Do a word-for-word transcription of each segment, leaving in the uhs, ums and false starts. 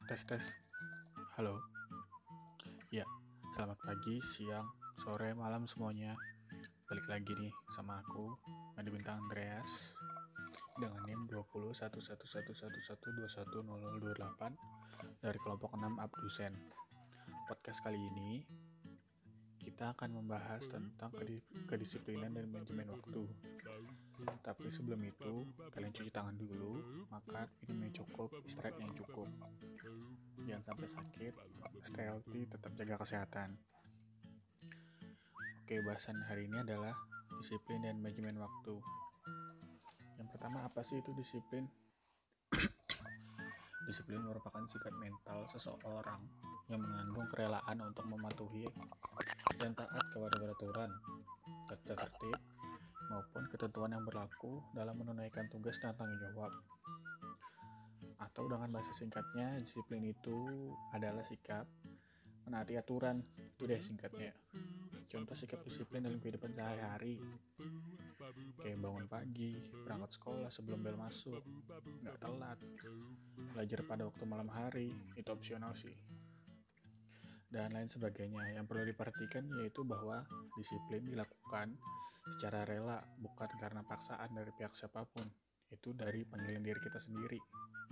Tes tes. Halo. Ya, selamat pagi, siang, sore, malam semuanya. Balik lagi nih sama aku, Madi Bintang Andreas, dengan NIM dua nol satu satu satu satu satu dua satu nol nol dua delapan dari kelompok enam Abdusen. Podcast kali ini kita akan membahas tentang kedisiplinan dan manajemen waktu. Tapi sebelum itu, kalian cuci tangan dulu, makan, minum yang cukup, istirahat yang cukup. Jangan sampai sakit, stay healthy, tetap jaga kesehatan. Oke, bahasan hari ini adalah disiplin dan manajemen waktu. Yang pertama, apa sih itu disiplin? Disiplin merupakan sikap mental seseorang yang mengandung kerelaan untuk mematuhi dan taat kepada peraturan, tata tertib, maupun ketentuan yang berlaku dalam menunaikan tugas dan tanggung jawab. Atau dengan bahasa singkatnya, disiplin itu adalah sikap menaati aturan, itu deh singkatnya. Contoh sikap disiplin dalam kehidupan sehari-hari, kayak bangun pagi, berangkat sekolah sebelum bel masuk, nggak telat, belajar pada waktu malam hari, itu opsional sih, dan lain sebagainya. Yang perlu diperhatikan yaitu bahwa disiplin dilakukan secara rela, bukan karena paksaan dari pihak siapapun, itu dari panggilan diri kita sendiri.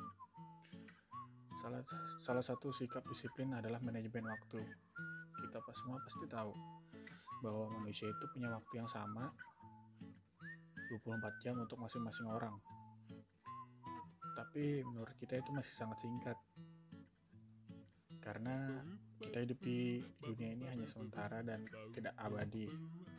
Salah, salah satu sikap disiplin adalah manajemen waktu. Kita pas semua pasti tahu bahwa manusia itu punya waktu yang sama dua puluh empat jam untuk masing-masing orang. Tapi menurut kita itu masih sangat singkat. Karena kita hidup di dunia ini hanya sementara dan tidak abadi.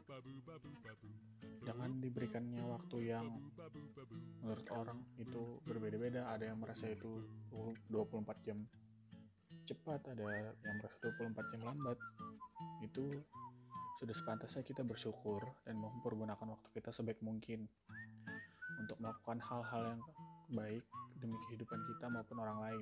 Dengan diberikannya waktu yang menurut orang itu berbeda-beda, ada yang merasa itu dua puluh empat jam cepat, ada yang merasa dua puluh empat jam lambat. Itu sudah sepantasnya kita bersyukur dan mempergunakan waktu kita sebaik mungkin untuk melakukan hal-hal yang baik demi kehidupan kita maupun orang lain.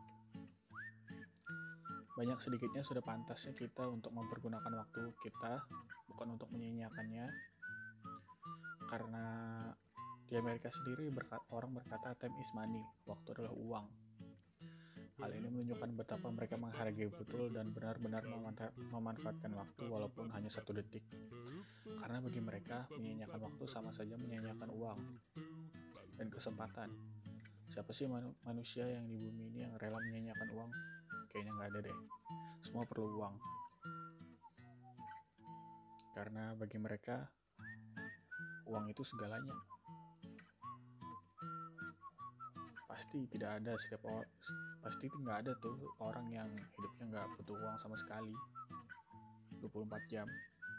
Banyak sedikitnya sudah pantasnya kita untuk mempergunakan waktu kita, bukan untuk menyia-nyiakannya. Karena di Amerika sendiri berkata, orang berkata time is money, waktu adalah uang. Hal ini menunjukkan betapa mereka menghargai betul dan benar-benar memanfaatkan waktu walaupun hanya satu detik. Karena bagi mereka, menyia-nyiakan waktu sama saja menyia-nyiakan uang dan kesempatan. Siapa sih manu- manusia yang di bumi ini yang rela menyia-nyiakan uang? Kayaknya nggak ada deh. Semua perlu uang. Karena bagi mereka, uang itu segalanya. Pasti tidak ada setiap orang, pasti nggak ada tuh orang yang hidupnya nggak butuh uang sama sekali dua puluh empat jam.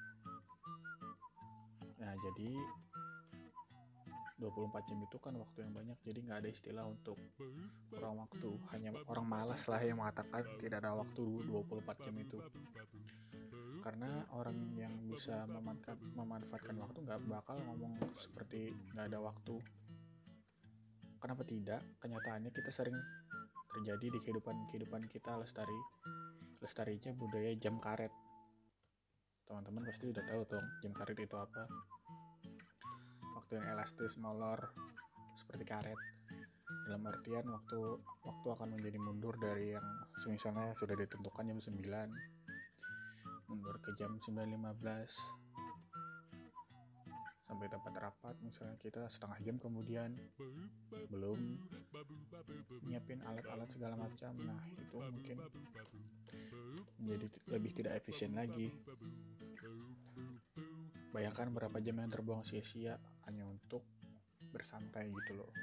Nah, jadi dua puluh empat jam itu kan waktu yang banyak, jadi nggak ada istilah untuk kurang waktu. Hanya orang malas lah yang mengatakan tidak ada waktu dua puluh empat jam itu. Karena orang yang bisa memanfaatkan, memanfaatkan waktu nggak bakal ngomong seperti nggak ada waktu. Kenapa tidak? Kenyataannya kita sering terjadi di kehidupan-kehidupan kita lestari lestarinya budaya jam karet. Teman-teman pasti udah tahu tuh jam karet itu apa. Waktu yang elastis, molor, seperti karet. Dalam artian waktu waktu akan menjadi mundur dari yang misalnya sudah ditentukan jam sembilan, mundur ke jam sembilan lima belas sampai tempat rapat, misalnya kita setengah jam kemudian, belum nyiapin alat-alat segala macam. Nah, itu mungkin menjadi lebih tidak efisien lagi. Bayangkan berapa jam yang terbuang sia-sia hanya untuk bersantai gitu loh.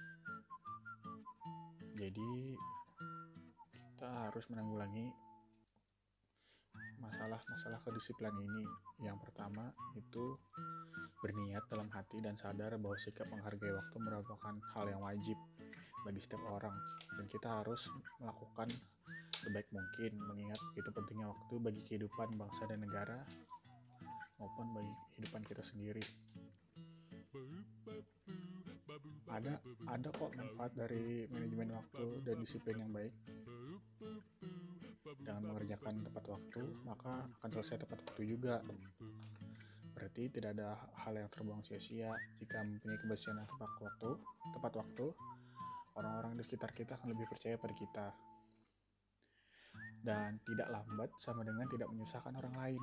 Jadi kita harus menanggulangi masalah-masalah kedisiplinan ini. Yang pertama itu berniat dalam hati dan sadar bahwa sikap menghargai waktu merupakan hal yang wajib bagi setiap orang, dan kita harus melakukan sebaik mungkin mengingat begitu pentingnya waktu bagi kehidupan bangsa dan negara maupun bagi kehidupan kita sendiri. Ada ada kok manfaat dari manajemen waktu dan disiplin yang baik. Dengan mengerjakan tepat waktu, maka akan selesai tepat waktu juga. Berarti tidak ada hal yang terbuang sia-sia. Jika mempunyai kebersihan yang tepat waktu, tepat waktu, orang-orang di sekitar kita akan lebih percaya pada kita. Dan tidak lambat sama dengan tidak menyusahkan orang lain.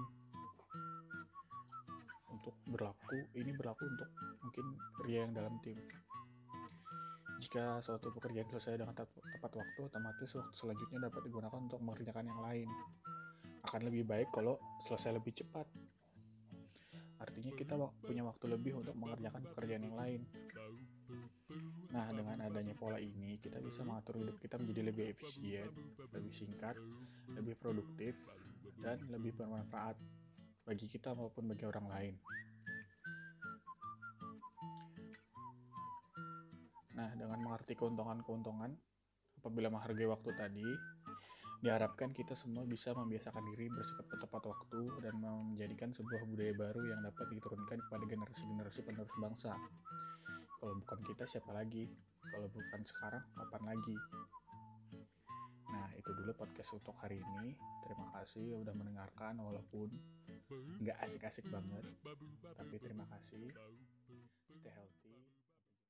Untuk berlaku, ini berlaku untuk mungkin kerja yang dalam tim. Jika suatu pekerjaan selesai dengan tepat waktu, otomatis waktu selanjutnya dapat digunakan untuk mengerjakan yang lain. Akan lebih baik kalau selesai lebih cepat. Artinya kita punya waktu lebih untuk mengerjakan pekerjaan yang lain. Nah, dengan adanya pola ini, kita bisa mengatur hidup kita menjadi lebih efisien, lebih singkat, lebih produktif, dan lebih bermanfaat bagi kita maupun bagi orang lain. Nah, dengan mengerti keuntungan-keuntungan apabila menghargai waktu tadi, diharapkan kita semua bisa membiasakan diri bersikap tepat waktu dan menjadikan sebuah budaya baru yang dapat diturunkan kepada generasi-generasi penerus bangsa. Kalau bukan kita, siapa lagi? Kalau bukan sekarang, kapan lagi? Nah, itu dulu podcast untuk hari ini. Terima kasih udah mendengarkan, walaupun nggak asik-asik banget. Tapi terima kasih.